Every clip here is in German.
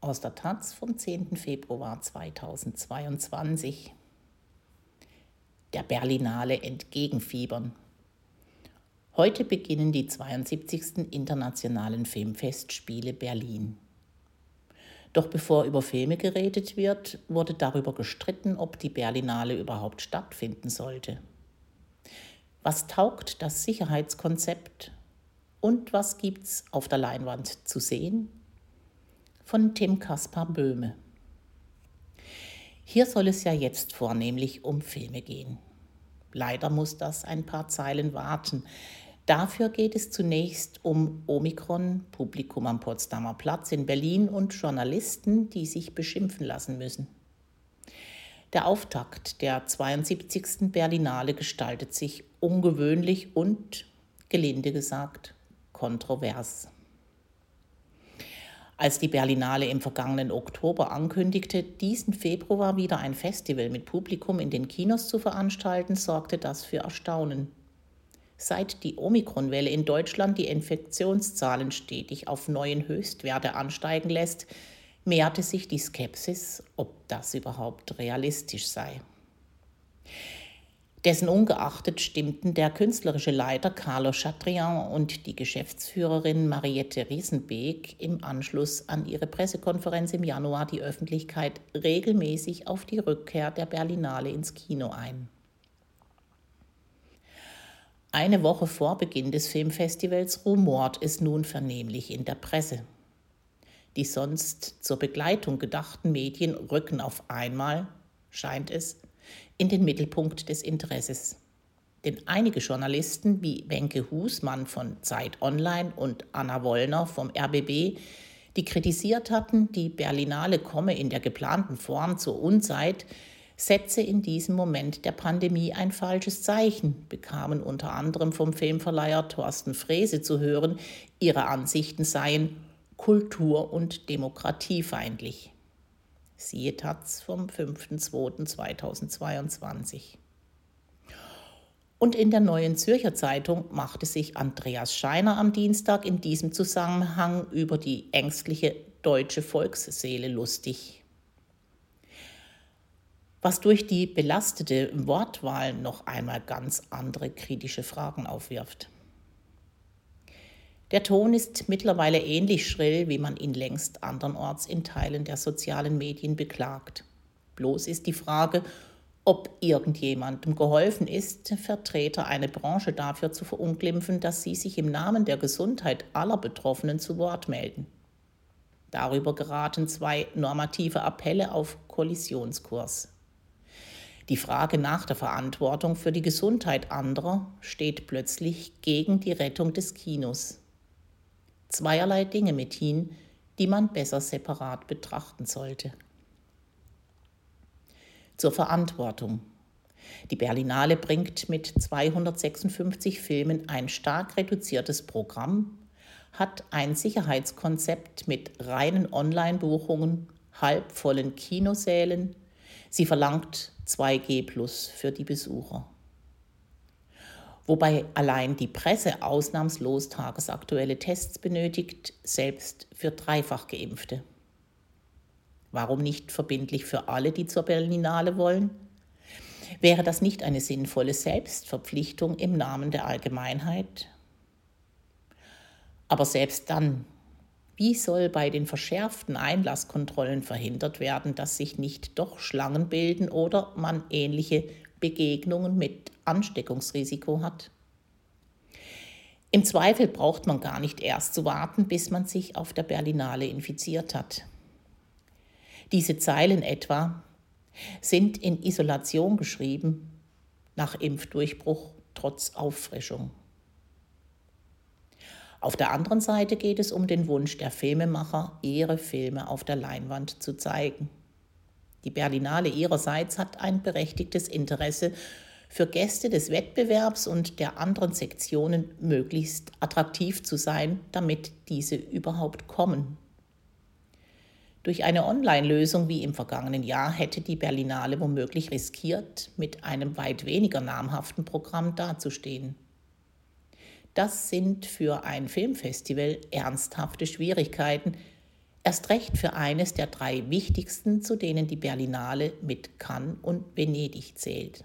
Aus der taz vom 10. Februar 2022. Der Berlinale entgegenfiebern. Heute beginnen die 72. Internationalen Filmfestspiele Berlin. Doch bevor über Filme geredet wird, wurde darüber gestritten, ob die Berlinale überhaupt stattfinden sollte. Was taugt das Sicherheitskonzept und was gibt's auf der Leinwand zu sehen? Von Tim Caspar Böhme. Hier soll es ja jetzt vornehmlich um Filme gehen. Leider muss das ein paar Zeilen warten. Dafür geht es zunächst um Omikron, Publikum am Potsdamer Platz in Berlin und Journalisten, die sich beschimpfen lassen müssen. Der Auftakt der 72. Berlinale gestaltet sich ungewöhnlich und, gelinde gesagt, kontrovers. Als die Berlinale im vergangenen Oktober ankündigte, diesen Februar wieder ein Festival mit Publikum in den Kinos zu veranstalten, sorgte das für Erstaunen. Seit die Omikron-Welle in Deutschland die Infektionszahlen stetig auf neuen Höchstwerte ansteigen lässt, mehrte sich die Skepsis, ob das überhaupt realistisch sei. Dessen ungeachtet stimmten der künstlerische Leiter Carlos Chatrian und die Geschäftsführerin Mariette Riesenbeek im Anschluss an ihre Pressekonferenz im Januar die Öffentlichkeit regelmäßig auf die Rückkehr der Berlinale ins Kino ein. Eine Woche vor Beginn des Filmfestivals rumort es nun vernehmlich in der Presse. Die sonst zur Begleitung gedachten Medien rücken auf einmal, scheint es, in den Mittelpunkt des Interesses. Denn einige Journalisten wie Wenke Husmann von Zeit Online und Anna Wollner vom RBB, die kritisiert hatten, die Berlinale komme in der geplanten Form zur Unzeit, setze in diesem Moment der Pandemie ein falsches Zeichen, bekamen unter anderem vom Filmverleiher Thorsten Frehse zu hören, ihre Ansichten seien kultur- und demokratiefeindlich. Siehe taz vom 5.2.2022. Und in der Neuen Zürcher Zeitung machte sich Andreas Scheiner am Dienstag in diesem Zusammenhang über die ängstliche deutsche Volksseele lustig. Was durch die belastete Wortwahl noch einmal ganz andere kritische Fragen aufwirft. Der Ton ist mittlerweile ähnlich schrill, wie man ihn längst andernorts in Teilen der sozialen Medien beklagt. Bloß ist die Frage, ob irgendjemandem geholfen ist, Vertreter einer Branche dafür zu verunglimpfen, dass sie sich im Namen der Gesundheit aller Betroffenen zu Wort melden. Darüber geraten zwei normative Appelle auf Kollisionskurs. Die Frage nach der Verantwortung für die Gesundheit anderer steht plötzlich gegen die Rettung des Kinos. Zweierlei Dinge mithin, die man besser separat betrachten sollte. Zur Verantwortung. Die Berlinale bringt mit 256 Filmen ein stark reduziertes Programm, hat ein Sicherheitskonzept mit reinen Online-Buchungen, halbvollen Kinosälen. Sie verlangt 2G+ für die Besucher. Wobei allein die Presse ausnahmslos tagesaktuelle Tests benötigt, selbst für dreifach Geimpfte. Warum nicht verbindlich für alle, die zur Berlinale wollen? Wäre das nicht eine sinnvolle Selbstverpflichtung im Namen der Allgemeinheit? Aber selbst dann, wie soll bei den verschärften Einlasskontrollen verhindert werden, dass sich nicht doch Schlangen bilden oder man ähnliche Begegnungen mit Ansteckungsrisiko hat? Im Zweifel braucht man gar nicht erst zu warten, bis man sich auf der Berlinale infiziert hat. Diese Zeilen etwa sind in Isolation geschrieben, nach Impfdurchbruch trotz Auffrischung. Auf der anderen Seite geht es um den Wunsch der Filmemacher, ihre Filme auf der Leinwand zu zeigen. Die Berlinale ihrerseits hat ein berechtigtes Interesse, für Gäste des Wettbewerbs und der anderen Sektionen möglichst attraktiv zu sein, damit diese überhaupt kommen. Durch eine Online-Lösung wie im vergangenen Jahr hätte die Berlinale womöglich riskiert, mit einem weit weniger namhaften Programm dazustehen. Das sind für ein Filmfestival ernsthafte Schwierigkeiten, Erst recht für eines der 3 wichtigsten, zu denen die Berlinale mit Cannes und Venedig zählt.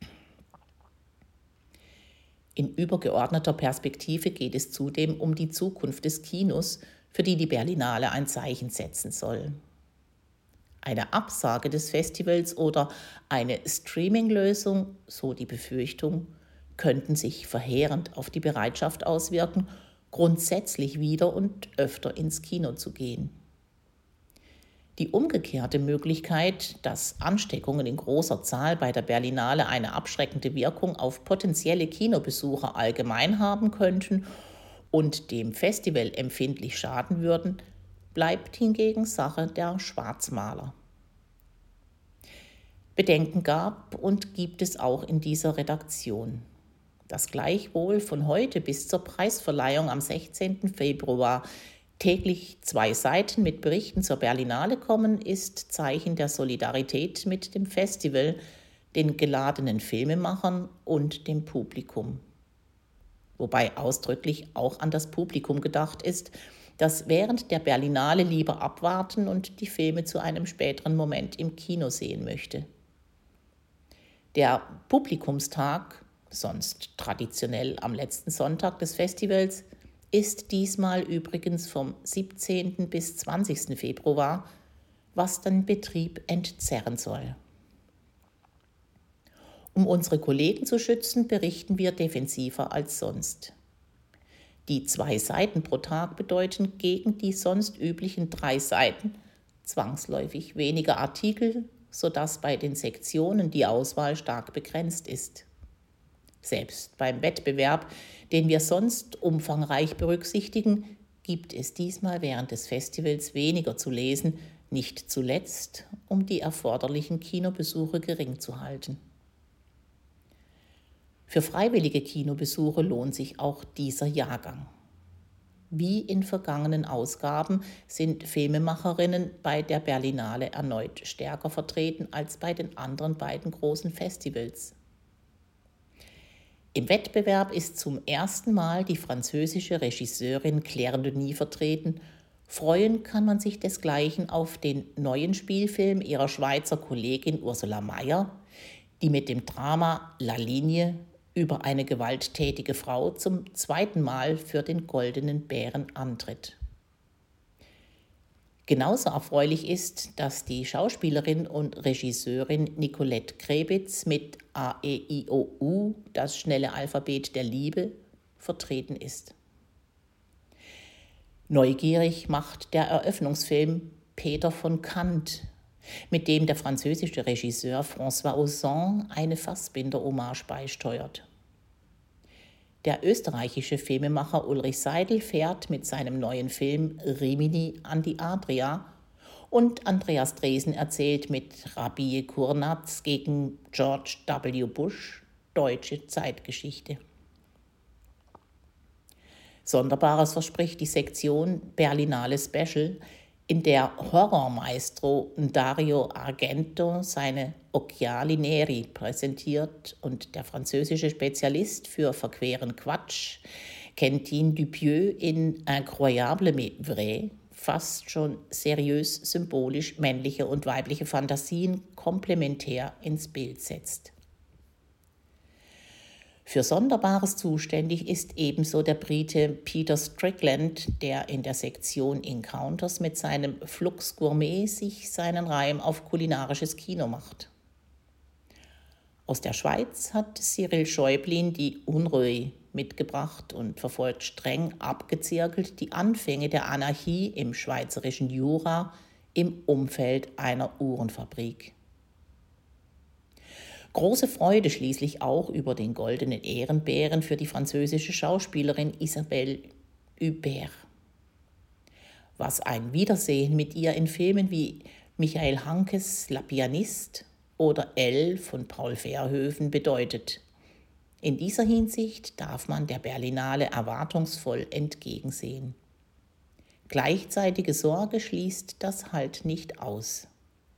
In übergeordneter Perspektive geht es zudem um die Zukunft des Kinos, für die die Berlinale ein Zeichen setzen soll. Eine Absage des Festivals oder eine Streaming-Lösung, so die Befürchtung, könnten sich verheerend auf die Bereitschaft auswirken, grundsätzlich wieder und öfter ins Kino zu gehen. Die umgekehrte Möglichkeit, dass Ansteckungen in großer Zahl bei der Berlinale eine abschreckende Wirkung auf potenzielle Kinobesucher allgemein haben könnten und dem Festival empfindlich schaden würden, bleibt hingegen Sache der Schwarzmaler. Bedenken gab und gibt es auch in dieser Redaktion. Dass gleichwohl von heute bis zur Preisverleihung am 16. Februar täglich 2 Seiten mit Berichten zur Berlinale kommen, ist Zeichen der Solidarität mit dem Festival, den geladenen Filmemachern und dem Publikum. Wobei ausdrücklich auch an das Publikum gedacht ist, das während der Berlinale lieber abwarten und die Filme zu einem späteren Moment im Kino sehen möchte. Der Publikumstag, sonst traditionell am letzten Sonntag des Festivals, ist diesmal übrigens vom 17. bis 20. Februar, was den Betrieb entzerren soll. Um unsere Kollegen zu schützen, berichten wir defensiver als sonst. Die 2 Seiten pro Tag bedeuten gegen die sonst üblichen 3 Seiten zwangsläufig weniger Artikel, sodass bei den Sektionen die Auswahl stark begrenzt ist. Selbst beim Wettbewerb, den wir sonst umfangreich berücksichtigen, gibt es diesmal während des Festivals weniger zu lesen, nicht zuletzt, um die erforderlichen Kinobesuche gering zu halten. Für freiwillige Kinobesuche lohnt sich auch dieser Jahrgang. Wie in vergangenen Ausgaben sind Filmemacherinnen bei der Berlinale erneut stärker vertreten als bei den anderen beiden großen Festivals. Im Wettbewerb ist zum ersten Mal die französische Regisseurin Claire Denis vertreten. Freuen kann man sich desgleichen auf den neuen Spielfilm ihrer Schweizer Kollegin Ursula Meyer, die mit dem Drama La Ligne über eine gewalttätige Frau zum 2. Mal für den Goldenen Bären antritt. Genauso erfreulich ist, dass die Schauspielerin und Regisseurin Nicolette Krebitz mit AEIOU, das schnelle Alphabet der Liebe, vertreten ist. Neugierig macht der Eröffnungsfilm Peter von Kant, mit dem der französische Regisseur François Ozon eine Fassbinder-Hommage beisteuert. Der österreichische Filmemacher Ulrich Seidel fährt mit seinem neuen Film Rimini an die Adria und Andreas Dresen erzählt mit Rabie Kurnaz gegen George W. Bush deutsche Zeitgeschichte. Sonderbares verspricht die Sektion Berlinale Special, in der Horrormaestro Dario Argento seine Occhiali Neri präsentiert und der französische Spezialist für verqueren Quatsch, Quentin Dupieux, in Incroyable mais vrai fast schon seriös symbolisch männliche und weibliche Fantasien komplementär ins Bild setzt. Für Sonderbares zuständig ist ebenso der Brite Peter Strickland, der in der Sektion Encounters mit seinem Flux Gourmet sich seinen Reim auf kulinarisches Kino macht. Aus der Schweiz hat Cyril Schäublin die Unruhe mitgebracht und verfolgt streng abgezirkelt die Anfänge der Anarchie im schweizerischen Jura im Umfeld einer Uhrenfabrik. Große Freude schließlich auch über den goldenen Ehrenbären für die französische Schauspielerin Isabelle Huppert. Was ein Wiedersehen mit ihr in Filmen wie Michael Hankes La Pianiste oder Elle von Paul Verhoeven bedeutet. In dieser Hinsicht darf man der Berlinale erwartungsvoll entgegensehen. Gleichzeitige Sorge schließt das halt nicht aus.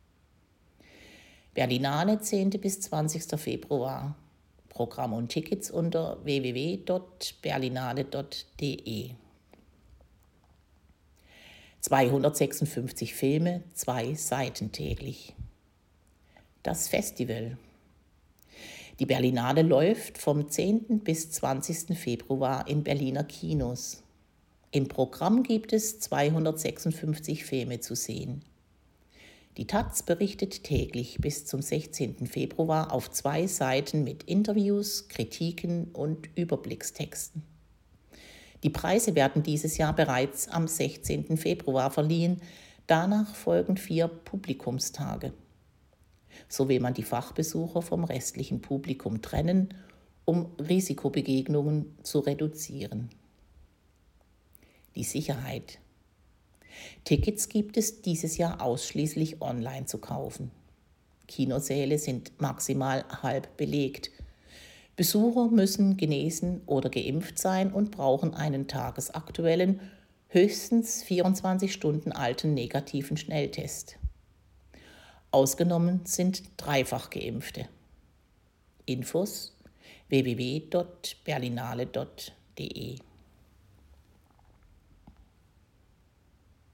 Berlinale 10. bis 20. Februar. Programm und Tickets unter www.berlinale.de. 256 Filme, 2 Seiten täglich. Das Festival. Die Berlinale läuft vom 10. bis 20. Februar in Berliner Kinos. Im Programm gibt es 256 Filme zu sehen. Die taz berichtet täglich bis zum 16. Februar auf 2 Seiten mit Interviews, Kritiken und Überblickstexten. Die Preise werden dieses Jahr bereits am 16. Februar verliehen, danach folgen 4 Publikumstage. So will man die Fachbesucher vom restlichen Publikum trennen, um Risikobegegnungen zu reduzieren. Die Sicherheit. Tickets gibt es dieses Jahr ausschließlich online zu kaufen. Kinosäle sind maximal halb belegt. Besucher müssen genesen oder geimpft sein und brauchen einen tagesaktuellen, höchstens 24 Stunden alten negativen Schnelltest. Ausgenommen sind dreifach Geimpfte. Infos www.berlinale.de